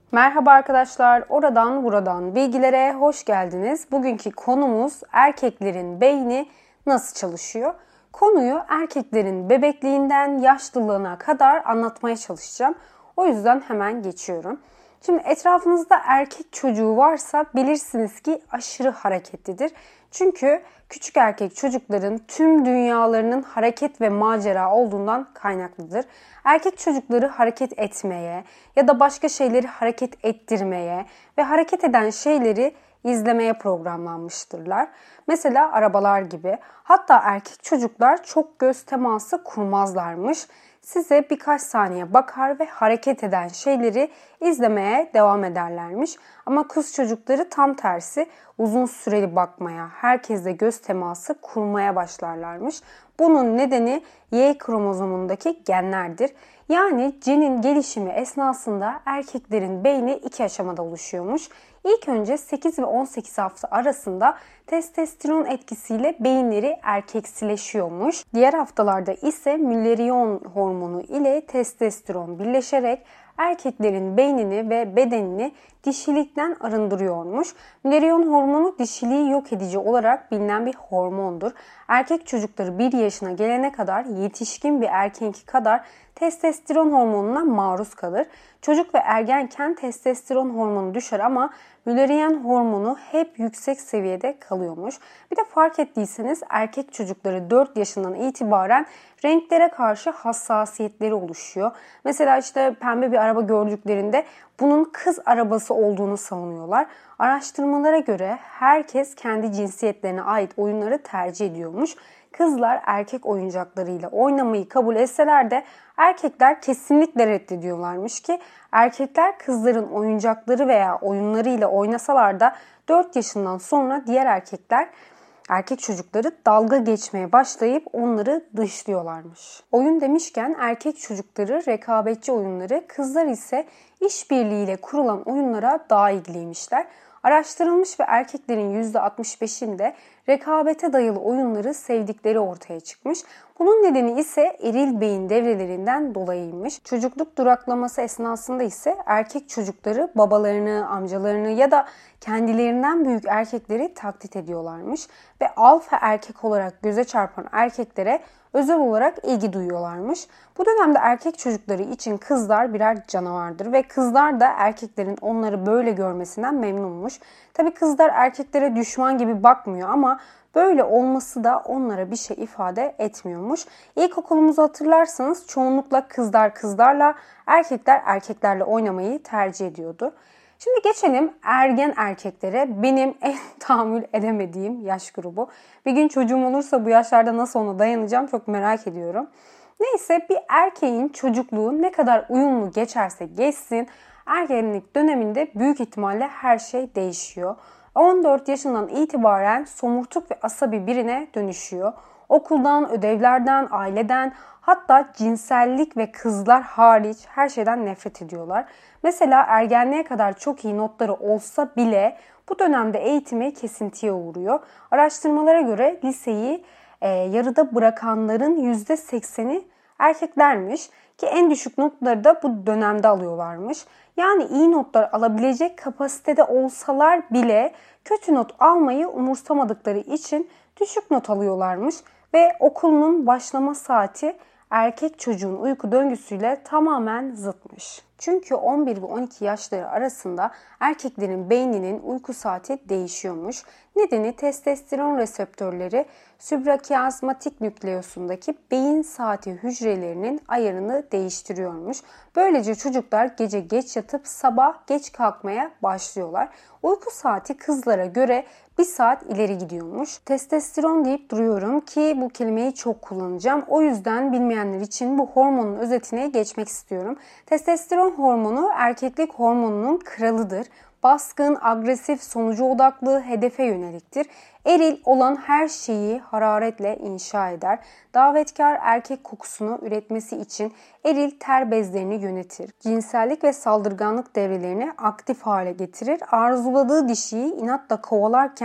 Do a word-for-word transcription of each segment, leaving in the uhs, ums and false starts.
Merhaba arkadaşlar, oradan buradan bilgilere hoş geldiniz. Bugünkü konumuz erkeklerin beyni nasıl çalışıyor? Konuyu erkeklerin bebekliğinden yaşlılığına kadar anlatmaya çalışacağım. O yüzden hemen geçiyorum. Şimdi etrafınızda erkek çocuğu varsa bilirsiniz ki aşırı hareketlidir. Çünkü küçük erkek çocukların tüm dünyalarının hareket ve macera olduğundan kaynaklıdır. Erkek çocukları hareket etmeye ya da başka şeyleri hareket ettirmeye ve hareket eden şeyleri izlemeye programlanmıştırlar. Mesela arabalar gibi. Hatta erkek çocuklar çok göz teması kurmazlarmış. Size birkaç saniye bakar ve hareket eden şeyleri izlemeye devam ederlermiş. Ama kız çocukları tam tersi uzun süreli bakmaya, herkesle göz teması kurmaya başlarlarmış. Bunun nedeni Y kromozomundaki genlerdir. Yani genin gelişimi esnasında erkeklerin beyni iki aşamada oluşuyormuş. İlk önce sekiz ve on sekiz hafta arasında testosteron etkisiyle beyinleri erkeksileşiyormuş. Diğer haftalarda ise mülleriyon hormonu ile testosteron birleşerek erkeklerin beynini ve bedenini dişilikten arındırıyormuş. Mülleriyon hormonu dişiliği yok edici olarak bilinen bir hormondur. Erkek çocukları bir yaşına gelene kadar yetişkin bir erkeğinki kadar testosteron hormonuna maruz kalır. Çocuk ve ergenken testosteron hormonu düşer ama mülleriyon hormonu hep yüksek seviyede kalıyormuş. Bir de fark ettiyseniz erkek çocukları dört yaşından itibaren renklere karşı hassasiyetleri oluşuyor. Mesela işte pembe bir araba gördüklerinde bunun kız arabası olduğunu savunuyorlar. Araştırmalara göre herkes kendi cinsiyetlerine ait oyunları tercih ediyormuş. Kızlar erkek oyuncaklarıyla oynamayı kabul etseler de erkekler kesinlikle reddediyorlarmış ki erkekler kızların oyuncakları veya oyunlarıyla oynasalar da dört yaşından sonra diğer erkekler erkek çocukları dalga geçmeye başlayıp onları dışlıyorlarmış. Oyun demişken erkek çocukları rekabetçi oyunları, kızlar ise işbirliğiyle kurulan oyunlara daha ilgiliymişler. Araştırılmış ve erkeklerin yüzde altmış beşinde rekabete dayalı oyunları sevdikleri ortaya çıkmış. Bunun nedeni ise eril beyin devrelerinden dolayıymış. Çocukluk duraklaması esnasında ise erkek çocukları babalarını, amcalarını ya da kendilerinden büyük erkekleri taklit ediyorlarmış. Ve alfa erkek olarak göze çarpan erkeklere özel olarak ilgi duyuyorlarmış. Bu dönemde erkek çocukları için kızlar birer canavardır ve kızlar da erkeklerin onları böyle görmesinden memnunmuş. Tabii kızlar erkeklere düşman gibi bakmıyor ama böyle olması da onlara bir şey ifade etmiyormuş. İlkokulumuzu hatırlarsanız çoğunlukla kızlar kızlarla, erkekler erkeklerle oynamayı tercih ediyordu. Şimdi geçelim ergen erkeklere, benim en tahammül edemediğim yaş grubu. Bir gün çocuğum olursa bu yaşlarda nasıl ona dayanacağım çok merak ediyorum. Neyse, bir erkeğin çocukluğu ne kadar uyumlu geçerse geçsin, ergenlik döneminde büyük ihtimalle her şey değişiyor. on dört yaşından itibaren somurtuk ve asabi birine dönüşüyor. Okuldan, ödevlerden, aileden, hatta cinsellik ve kızlar hariç her şeyden nefret ediyorlar. Mesela ergenliğe kadar çok iyi notları olsa bile bu dönemde eğitimi kesintiye uğruyor. Araştırmalara göre liseyi e, yarıda bırakanların yüzde sekseni erkeklermiş ki en düşük notları da bu dönemde alıyorlarmış. Yani iyi notlar alabilecek kapasitede olsalar bile kötü not almayı umursamadıkları için düşük not alıyorlarmış ve okulun başlama saati erkek çocuğun uyku döngüsüyle tamamen zıtmış. Çünkü on bir ve on iki yaşları arasında erkeklerin beyninin uyku saati değişiyormuş. Nedeni testosteron reseptörleri sübrakiyazmatik nükleusundaki beyin saati hücrelerinin ayarını değiştiriyormuş. Böylece çocuklar gece geç yatıp sabah geç kalkmaya başlıyorlar. Uyku saati kızlara göre bir saat ileri gidiyormuş. Testosteron deyip duruyorum ki bu kelimeyi çok kullanacağım. O yüzden bilmeyenler için bu hormonun özetine geçmek istiyorum. Testosteron hormonu erkeklik hormonunun kralıdır. Baskın, agresif, sonucu odaklı, hedefe yöneliktir. Eril olan her şeyi hararetle inşa eder. Davetkar erkek kokusunu üretmesi için eril ter bezlerini yönetir. Cinsellik ve saldırganlık devrelerini aktif hale getirir. Arzuladığı dişiyi inatla kovalarken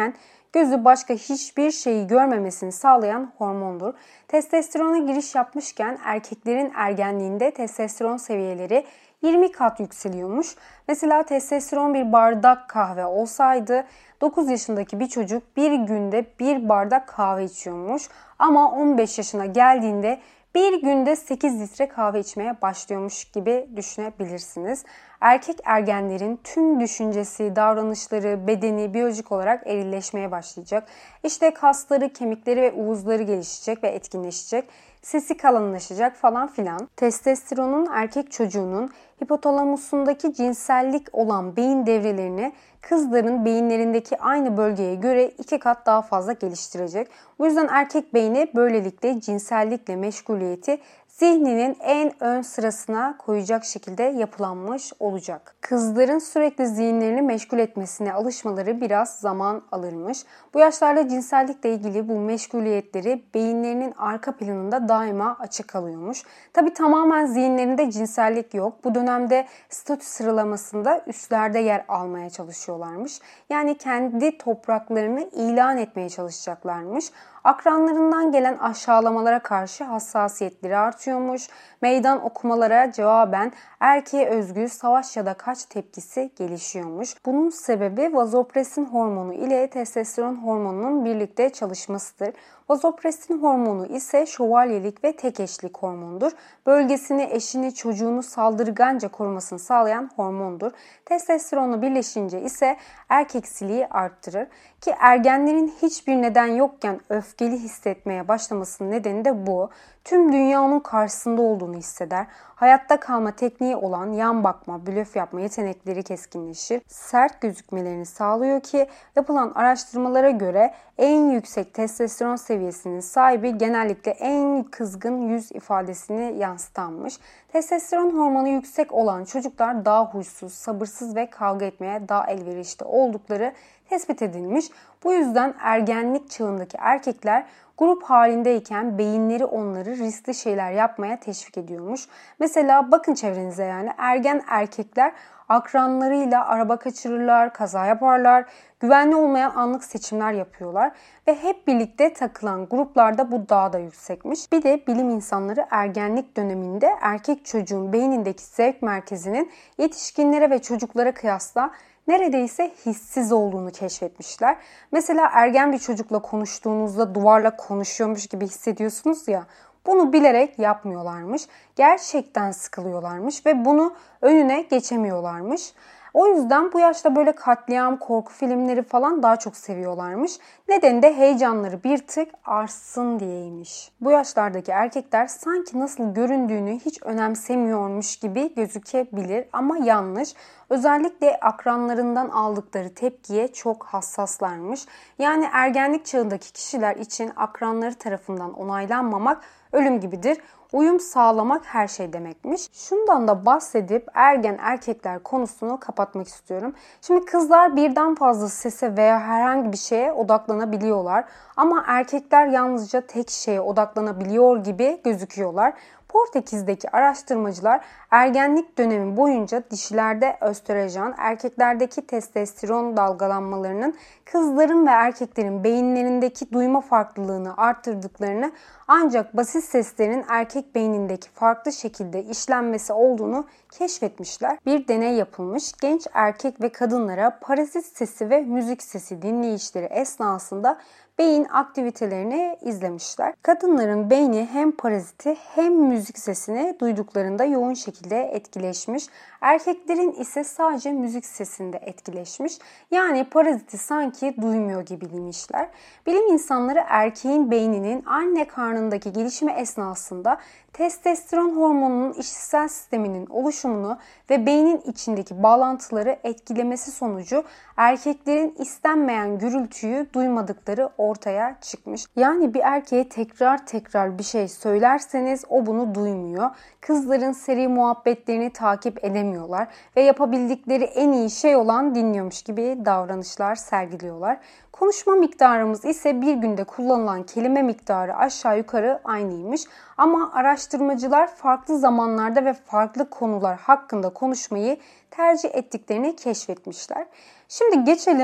gözü başka hiçbir şeyi görmemesini sağlayan hormondur. Testosterona giriş yapmışken erkeklerin ergenliğinde testosteron seviyeleri yirmi kat yükseliyormuş. Mesela testosteron bir bardak kahve olsaydı dokuz yaşındaki bir çocuk bir günde bir bardak kahve içiyormuş. Ama on beş yaşına geldiğinde bir günde sekiz litre kahve içmeye başlıyormuş gibi düşünebilirsiniz. Erkek ergenlerin tüm düşüncesi, davranışları, bedeni biyolojik olarak erileşmeye başlayacak. İşte kasları, kemikleri ve uğuzları gelişecek ve etkinleşecek. Sesi kalınlaşacak falan filan. Testosteronun erkek çocuğunun hipotalamusundaki cinsellik olan beyin devrelerini kızların beyinlerindeki aynı bölgeye göre iki kat daha fazla geliştirecek. Bu yüzden erkek beyni böylelikle cinsellikle meşguliyeti zihninin en ön sırasına koyacak şekilde yapılanmış olacak. Kızların sürekli zihinlerini meşgul etmesine alışmaları biraz zaman alırmış. Bu yaşlarda cinsellikle ilgili bu meşguliyetleri beyinlerinin arka planında daima açık kalıyormuş. Tabi tamamen zihinlerinde cinsellik yok. Bu dönemde statü sıralamasında üstlerde yer almaya çalışıyorlarmış. Yani kendi topraklarını ilan etmeye çalışacaklarmış. Akranlarından gelen aşağılamalara karşı hassasiyetleri artıyormuş. Meydan okumalara cevaben erkeğe özgü savaş ya da kaç tepkisi gelişiyormuş. Bunun sebebi vazopresin hormonu ile testosteron hormonunun birlikte çalışmasıdır. Vazopresin hormonu ise şövalyelik ve tek eşlik hormondur. Bölgesini, eşini, çocuğunu saldırganca korumasını sağlayan hormondur. Testosteronla birleşince ise erkeksiliği arttırır. Ki ergenlerin hiçbir neden yokken öfkeli hissetmeye başlamasının nedeni de bu. Tüm dünya onun karşısında olduğunu hisseder. Hayatta kalma tekniği olan yan bakma, blöf yapma yetenekleri keskinleşir. Sert gözükmelerini sağlıyor ki yapılan araştırmalara göre en yüksek testosteron seviyesinin sahibi genellikle en kızgın yüz ifadesini yansıtanmış. Testosteron hormonu yüksek olan çocuklar daha huysuz, sabırsız ve kavga etmeye daha elverişli oldukları tespit edilmiş. Bu yüzden ergenlik çağındaki erkekler grup halindeyken beyinleri onları riskli şeyler yapmaya teşvik ediyormuş. Mesela bakın çevrenize, yani ergen erkekler akranlarıyla araba kaçırırlar, kaza yaparlar, güvenli olmayan anlık seçimler yapıyorlar ve hep birlikte takılan gruplarda bu daha da yüksekmiş. Bir de bilim insanları ergenlik döneminde erkek çocuğun beynindeki zevk merkezinin yetişkinlere ve çocuklara kıyasla neredeyse hissiz olduğunu keşfetmişler. Mesela ergen bir çocukla konuştuğunuzda duvarla konuşuyormuş gibi hissediyorsunuz ya, bunu bilerek yapmıyorlarmış. Gerçekten sıkılıyorlarmış ve bunu önüne geçemiyorlarmış. O yüzden bu yaşta böyle katliam, korku filmleri falan daha çok seviyorlarmış. Nedeni de heyecanları bir tık artsın diyeymiş. Bu yaşlardaki erkekler sanki nasıl göründüğünü hiç önemsemiyormuş gibi gözükebilir ama yanlış. Özellikle akranlarından aldıkları tepkiye çok hassaslarmış. Yani ergenlik çağındaki kişiler için akranları tarafından onaylanmamak ölüm gibidir. Uyum sağlamak her şey demekmiş. Şundan da bahsedip ergen erkekler konusunu kapatmak istiyorum. Şimdi kızlar birden fazla sese veya herhangi bir şeye odaklanabiliyorlar. Ama erkekler yalnızca tek şeye odaklanabiliyor gibi gözüküyorlar. Portekiz'deki araştırmacılar ergenlik dönemi boyunca dişilerde östrojen, erkeklerdeki testosteron dalgalanmalarının kızların ve erkeklerin beyinlerindeki duyma farklılığını arttırdıklarını, ancak basit seslerin erkek beynindeki farklı şekilde işlenmesi olduğunu keşfetmişler. Bir deney yapılmış. Genç erkek ve kadınlara parazit sesi ve müzik sesi dinleyişleri esnasında beyin aktivitelerini izlemişler. Kadınların beyni hem paraziti hem müzik sesini duyduklarında yoğun şekilde etkileşmiş. Erkeklerin ise sadece müzik sesinde etkileşmiş. Yani paraziti sanki duymuyor gibiymişler. Bilim insanları erkeğin beyninin anne karnındaki gelişimi esnasında testosteron hormonunun işitsel sisteminin oluşumunu ve beynin içindeki bağlantıları etkilemesi sonucu erkeklerin istenmeyen gürültüyü duymadıkları ortaya çıkmış. Yani bir erkeğe tekrar tekrar bir şey söylerseniz o bunu duymuyor. Kızların seri muhabbetlerini takip edemiyorlar ve yapabildikleri en iyi şey olan dinliyormuş gibi davranışlar sergiliyorlar. Konuşma miktarımız ise bir günde kullanılan kelime miktarı aşağı yukarı aynıymış. Ama araştırmacılar farklı zamanlarda ve farklı konular hakkında konuşmayı tercih ettiklerini keşfetmişler. Şimdi geçelim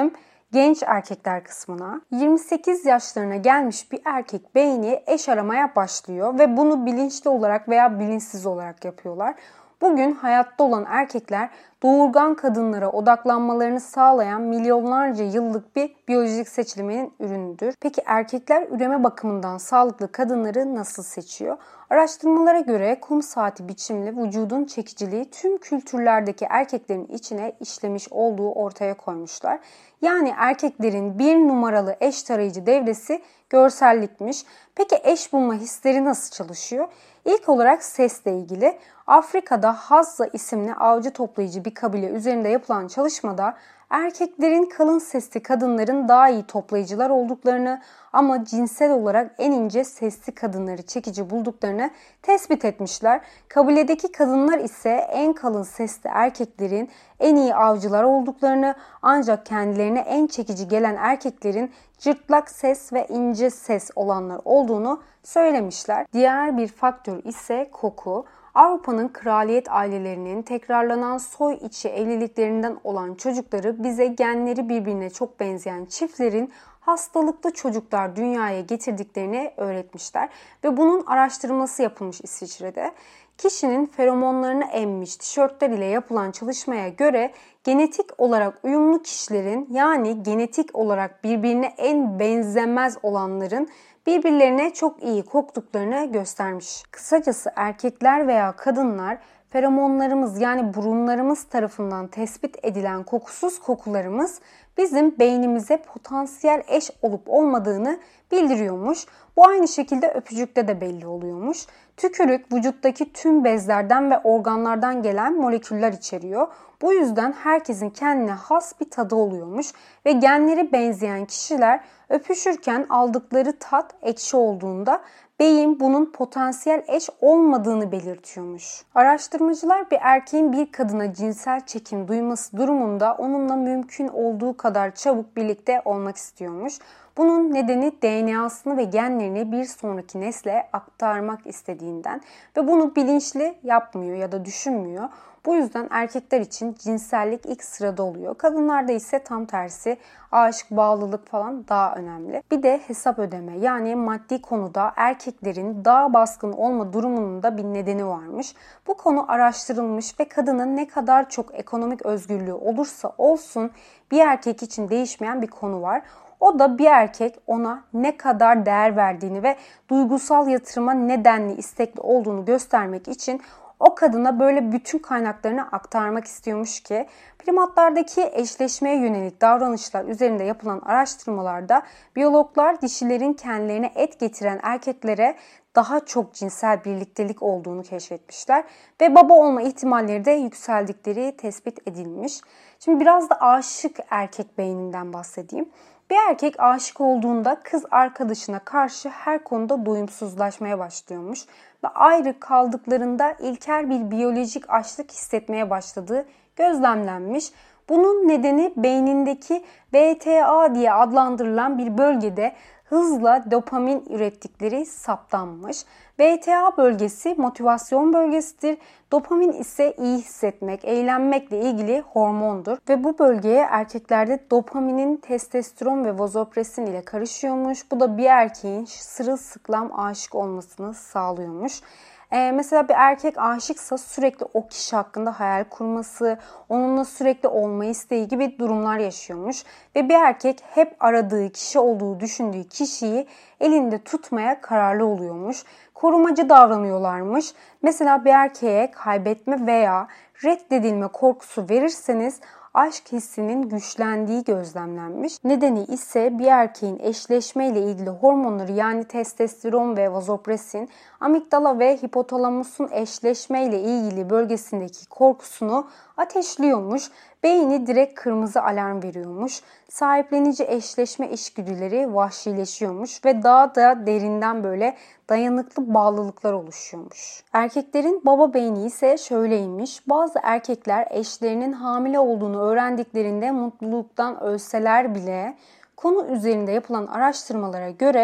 genç erkekler kısmına. yirmi sekiz yaşlarına gelmiş bir erkek beyni eş aramaya başlıyor ve bunu bilinçli olarak veya bilinçsiz olarak yapıyorlar. Bugün hayatta olan erkekler doğurgan kadınlara odaklanmalarını sağlayan milyonlarca yıllık bir biyolojik seçilmenin ürünüdür. Peki erkekler üreme bakımından sağlıklı kadınları nasıl seçiyor? Araştırmalara göre kum saati biçimli vücudun çekiciliği tüm kültürlerdeki erkeklerin içine işlemiş olduğu ortaya koymuşlar. Yani erkeklerin bir numaralı eş tarayıcı devresi görsellikmiş. Peki eş bulma hisleri nasıl çalışıyor? İlk olarak sesle ilgili. Afrika'da Hadza isimli avcı toplayıcı bir kabile üzerinde yapılan çalışmada erkeklerin kalın sesli kadınların daha iyi toplayıcılar olduklarını ama cinsel olarak en ince sesli kadınları çekici bulduklarını tespit etmişler. Kabiledeki kadınlar ise en kalın sesli erkeklerin en iyi avcılar olduklarını ancak kendilerine en çekici gelen erkeklerin cırtlak ses ve ince ses olanlar olduğunu söylemişler. Diğer bir faktör ise koku. Avrupa'nın kraliyet ailelerinin tekrarlanan soy içi evliliklerinden olan çocukları bize genleri birbirine çok benzeyen çiftlerin hastalıklı çocuklar dünyaya getirdiklerini öğretmişler ve bunun araştırması yapılmış İsviçre'de. Kişinin feromonlarını emmiş tişörtler ile yapılan çalışmaya göre genetik olarak uyumlu kişilerin yani genetik olarak birbirine en benzemez olanların birbirlerine çok iyi koktuklarını göstermiş. Kısacası erkekler veya kadınlar feromonlarımız yani burunlarımız tarafından tespit edilen kokusuz kokularımız bizim beynimize potansiyel eş olup olmadığını bildiriyormuş. Bu aynı şekilde öpücükte de belli oluyormuş. Tükürük vücuttaki tüm bezlerden ve organlardan gelen moleküller içeriyor. Bu yüzden herkesin kendine has bir tadı oluyormuş ve genleri benzeyen kişiler öpüşürken aldıkları tat ekşi olduğunda beyin bunun potansiyel eş olmadığını belirtiyormuş. Araştırmacılar bir erkeğin bir kadına cinsel çekim duyması durumunda onunla mümkün olduğu kadar çabuk birlikte olmak istiyormuş. Bunun nedeni D N A'sını ve genlerini bir sonraki nesle aktarmak istediğinden ve bunu bilinçli yapmıyor ya da düşünmüyor. Bu yüzden erkekler için cinsellik ilk sırada oluyor. Kadınlarda ise tam tersi aşk, bağlılık falan daha önemli. Bir de hesap ödeme yani maddi konuda erkeklerin daha baskın olma durumunun da bir nedeni varmış. Bu konu araştırılmış ve kadının ne kadar çok ekonomik özgürlüğü olursa olsun bir erkek için değişmeyen bir konu var. O da bir erkek ona ne kadar değer verdiğini ve duygusal yatırıma nedenli istekli olduğunu göstermek için o kadına böyle bütün kaynaklarını aktarmak istiyormuş ki primatlardaki eşleşmeye yönelik davranışlar üzerinde yapılan araştırmalarda biyologlar dişilerin kendilerine et getiren erkeklere daha çok cinsel birliktelik olduğunu keşfetmişler ve baba olma ihtimalleri de yükseldikleri tespit edilmiş. Şimdi biraz da aşık erkek beyninden bahsedeyim. Bir erkek aşık olduğunda kız arkadaşına karşı her konuda doyumsuzlaşmaya başlıyormuş ve ayrı kaldıklarında ilkel bir biyolojik açlık hissetmeye başladığı gözlemlenmiş. Bunun nedeni beynindeki V T A diye adlandırılan bir bölgede hızla dopamin ürettikleri saptanmış. V T A bölgesi motivasyon bölgesidir. Dopamin ise iyi hissetmek, eğlenmekle ilgili hormondur. Ve bu bölgeye erkeklerde dopaminin testosteron ve vazopresin ile karışıyormuş. Bu da bir erkeğin sırılsıklam aşık olmasını sağlıyormuş. Ee, mesela bir erkek aşıksa sürekli o kişi hakkında hayal kurması, onunla sürekli olma isteği gibi durumlar yaşıyormuş. Ve bir erkek hep aradığı kişi olduğu düşündüğü kişiyi elinde tutmaya kararlı oluyormuş. Korumacı davranıyorlarmış. Mesela bir erkeğe kaybetme veya reddedilme korkusu verirseniz aşk hissinin güçlendiği gözlemlenmiş. Nedeni ise bir erkeğin eşleşme ile ilgili hormonları yani testosteron ve vazopresin amigdala ve hipotalamusun eşleşme ile ilgili bölgesindeki korkusunu ateşliyormuş. Beyni direkt kırmızı alarm veriyormuş. Sahiplenici eşleşme içgüdüleri vahşileşiyormuş ve daha da derinden böyle dayanıklı bağlılıklar oluşuyormuş. Erkeklerin baba beyni ise şöyleymiş. Bazı erkekler eşlerinin hamile olduğunu öğrendiklerinde mutluluktan ölseler bile konu üzerinde yapılan araştırmalara göre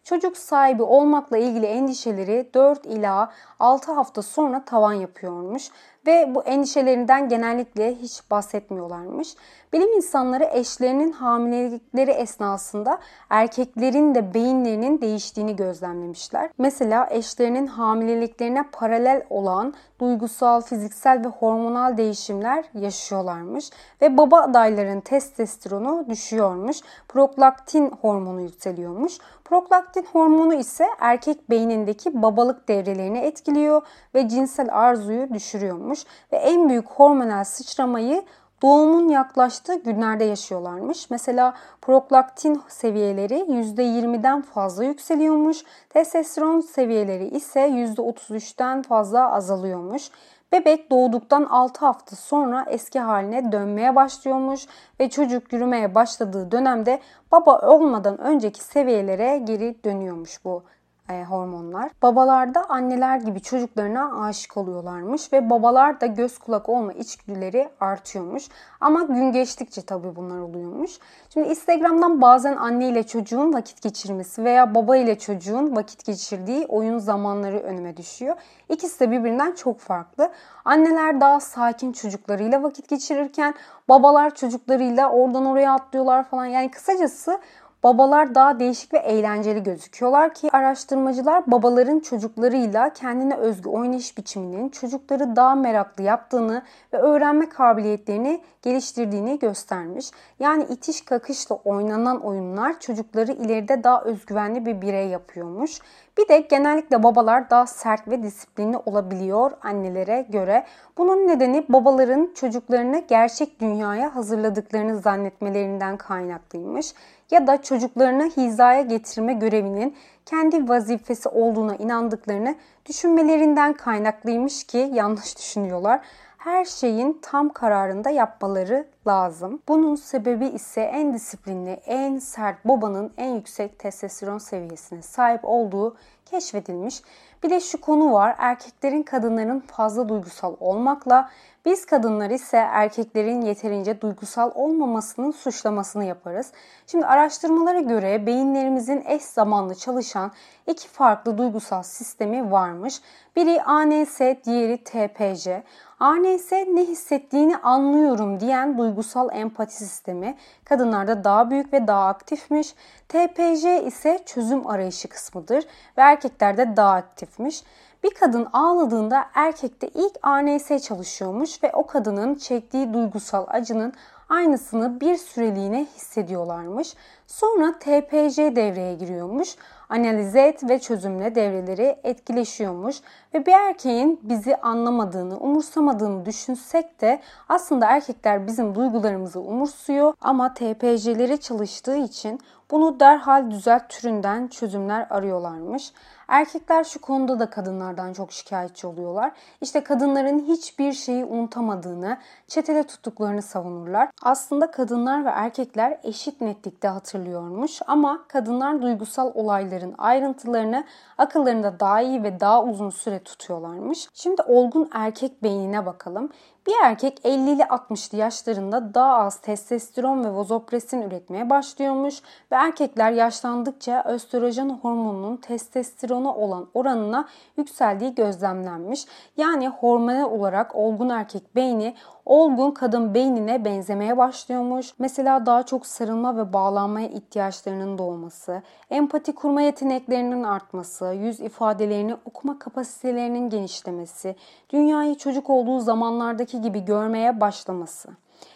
Çocuk sahibi olmakla ilgili endişeleri dört ila altı hafta sonra tavan yapıyormuş ve bu endişelerinden genellikle hiç bahsetmiyorlarmış. Bilim insanları eşlerinin hamilelikleri esnasında erkeklerin de beyinlerinin değiştiğini gözlemlemişler. Mesela eşlerinin hamileliklerine paralel olan duygusal, fiziksel ve hormonal değişimler yaşıyorlarmış ve baba adayların testosteronu düşüyormuş. Prolaktin hormonu yükseliyormuş. Prolaktin hormonu ise erkek beynindeki babalık devrelerini etkiliyor ve cinsel arzuyu düşürüyormuş ve en büyük hormonal sıçramayı doğumun yaklaştığı günlerde yaşıyorlarmış. Mesela prolaktin seviyeleri yüzde yirmiden fazla yükseliyormuş. Testosteron seviyeleri ise yüzde otuz üçten fazla azalıyormuş. Bebek doğduktan altı hafta sonra eski haline dönmeye başlıyormuş ve çocuk yürümeye başladığı dönemde baba olmadan önceki seviyelere geri dönüyormuş bu E, hormonlar. Babalar da anneler gibi çocuklarına aşık oluyorlarmış ve babalar da göz kulak olma içgüdüleri artıyormuş. Ama gün geçtikçe tabii bunlar oluyormuş. Şimdi Instagram'dan bazen anne ile çocuğun vakit geçirmesi veya baba ile çocuğun vakit geçirdiği oyun zamanları önüme düşüyor. İkisi de birbirinden çok farklı. Anneler daha sakin çocuklarıyla vakit geçirirken babalar çocuklarıyla oradan oraya atlıyorlar falan. Yani kısacası babalar daha değişik ve eğlenceli gözüküyorlar ki araştırmacılar babaların çocuklarıyla kendine özgü oynayış biçiminin çocukları daha meraklı yaptığını ve öğrenme kabiliyetlerini geliştirdiğini göstermiş. Yani itiş kakışla oynanan oyunlar çocukları ileride daha özgüvenli bir birey yapıyormuş. Bir de genellikle babalar daha sert ve disiplinli olabiliyor annelere göre. Bunun nedeni babaların çocuklarını gerçek dünyaya hazırladıklarını zannetmelerinden kaynaklıymış. Ya da çocuklarını hizaya getirme görevinin kendi vazifesi olduğuna inandıklarını düşünmelerinden kaynaklıymış ki yanlış düşünüyorlar. Her şeyin tam kararında yapmaları lazım. Bunun sebebi ise en disiplinli, en sert babanın en yüksek testosteron seviyesine sahip olduğu keşfedilmiş. Bir de şu konu var. Erkeklerin kadınların fazla duygusal olmakla, biz kadınlar ise erkeklerin yeterince duygusal olmamasının suçlamasını yaparız. Şimdi araştırmalara göre beyinlerimizin eş zamanlı çalışan iki farklı duygusal sistemi varmış. Biri A N S, diğeri T P J. A N S ne hissettiğini anlıyorum diyen duygusal empati sistemi kadınlarda daha büyük ve daha aktifmiş. T P J ise çözüm arayışı kısmıdır ve erkeklerde daha aktifmiş. Bir kadın ağladığında erkekte ilk A N S çalışıyormuş ve o kadının çektiği duygusal acının aynısını bir süreliğine hissediyorlarmış. Sonra T P J devreye giriyormuş. Analize et ve çözümle devreleri etkileşiyormuş ve bir erkeğin bizi anlamadığını, umursamadığını düşünsek de aslında erkekler bizim duygularımızı umursuyor ama T P J'leri çalıştığı için bunu derhal düzelt türünden çözümler arıyorlarmış. Erkekler şu konuda da kadınlardan çok şikayetçi oluyorlar. İşte kadınların hiçbir şeyi unutamadığını, çetele tuttuklarını savunurlar. Aslında kadınlar ve erkekler eşit netlikte hatırlıyormuş ama kadınlar duygusal olayların ayrıntılarını akıllarında daha iyi ve daha uzun süre tutuyorlarmış. Şimdi olgun erkek beynine bakalım. Bir erkek ellili altmışlı yaşlarında daha az testosteron ve vazopresin üretmeye başlıyormuş ve erkekler yaşlandıkça östrojen hormonunun testosterona olan oranına yükseldiği gözlemlenmiş. Yani hormonal olarak olgun erkek beyni olgun kadın beynine benzemeye başlıyormuş. Mesela daha çok sarılma ve bağlanmaya ihtiyaçlarının doğması, empati kurma yeteneklerinin artması, yüz ifadelerini okuma kapasitelerinin genişlemesi, dünyayı çocuk olduğu zamanlardaki gibi görmeye başlaması.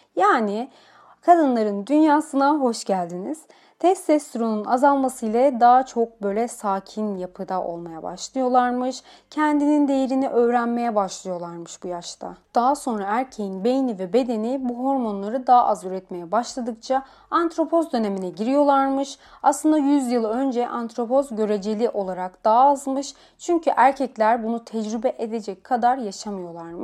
Yani kadınların dünyasına hoş geldiniz. Testosteronun azalması ile daha çok böyle sakin yapıda olmaya başlıyorlarmış. Kendinin değerini öğrenmeye başlıyorlarmış bu yaşta. Daha sonra erkeğin beyni ve bedeni bu hormonları daha az üretmeye başladıkça antropoz dönemine giriyorlarmış. Aslında yüz yıl önce antropoz göreceli olarak daha azmış. Çünkü erkekler bunu tecrübe edecek kadar yaşamıyorlarmış.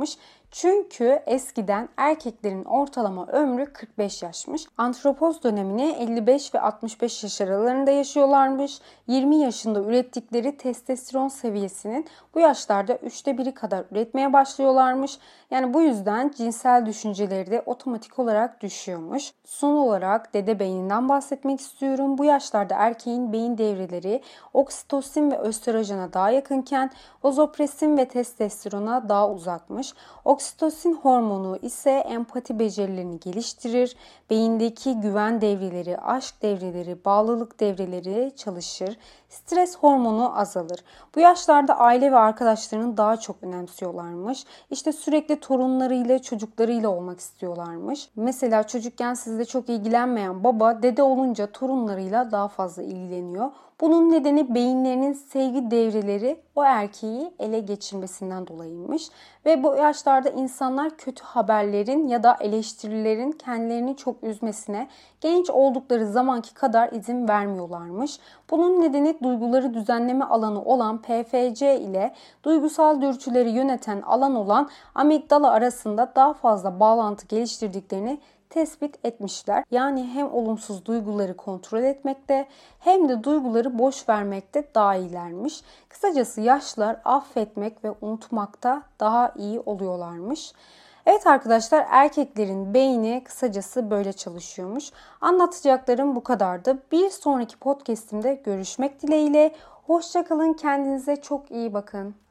Çünkü eskiden erkeklerin ortalama ömrü kırk beş yaşmış. Antropoz dönemini elli beş ve altmış beş yaş aralarında yaşıyorlarmış. yirmi yaşında ürettikleri testosteron seviyesinin bu yaşlarda üçte biri kadar üretmeye başlıyorlarmış. Yani bu yüzden cinsel düşünceleri de otomatik olarak düşüyormuş. Son olarak dede beyninden bahsetmek istiyorum. Bu yaşlarda erkeğin beyin devreleri oksitosin ve östrojene daha yakınken vazopresin ve testosterona daha uzakmış. Oksitosin hormonu ise empati becerilerini geliştirir. Beyindeki güven devreleri, aşk devreleri, bağlılık devreleri çalışır. Stres hormonu azalır. Bu yaşlarda aile ve arkadaşlarını daha çok önemsiyorlarmış. İşte sürekli torunlarıyla, çocuklarıyla olmak istiyorlarmış. Mesela çocukken sizle çok ilgilenmeyen baba, dede olunca torunlarıyla daha fazla ilgileniyor. Bunun nedeni beyinlerinin sevgi devreleri o erkeği ele geçirmesinden dolayıymış. Ve bu yaşlarda insanlar kötü haberlerin ya da eleştirilerin kendilerini çok üzmesine genç oldukları zamanki kadar izin vermiyorlarmış. Bunun nedeni duyguları düzenleme alanı olan P F C ile duygusal dürtüleri yöneten alan olan amigdala arasında daha fazla bağlantı geliştirdiklerini tespit etmişler. Yani hem olumsuz duyguları kontrol etmekte hem de duyguları boş vermekte daha iyilermiş. Kısacası yaşlılar affetmek ve unutmakta daha iyi oluyorlarmış. Evet arkadaşlar, erkeklerin beyni kısacası böyle çalışıyormuş. Anlatacaklarım bu kadardı. Bir sonraki podcast'imde görüşmek dileğiyle. Hoşça kalın, kendinize çok iyi bakın.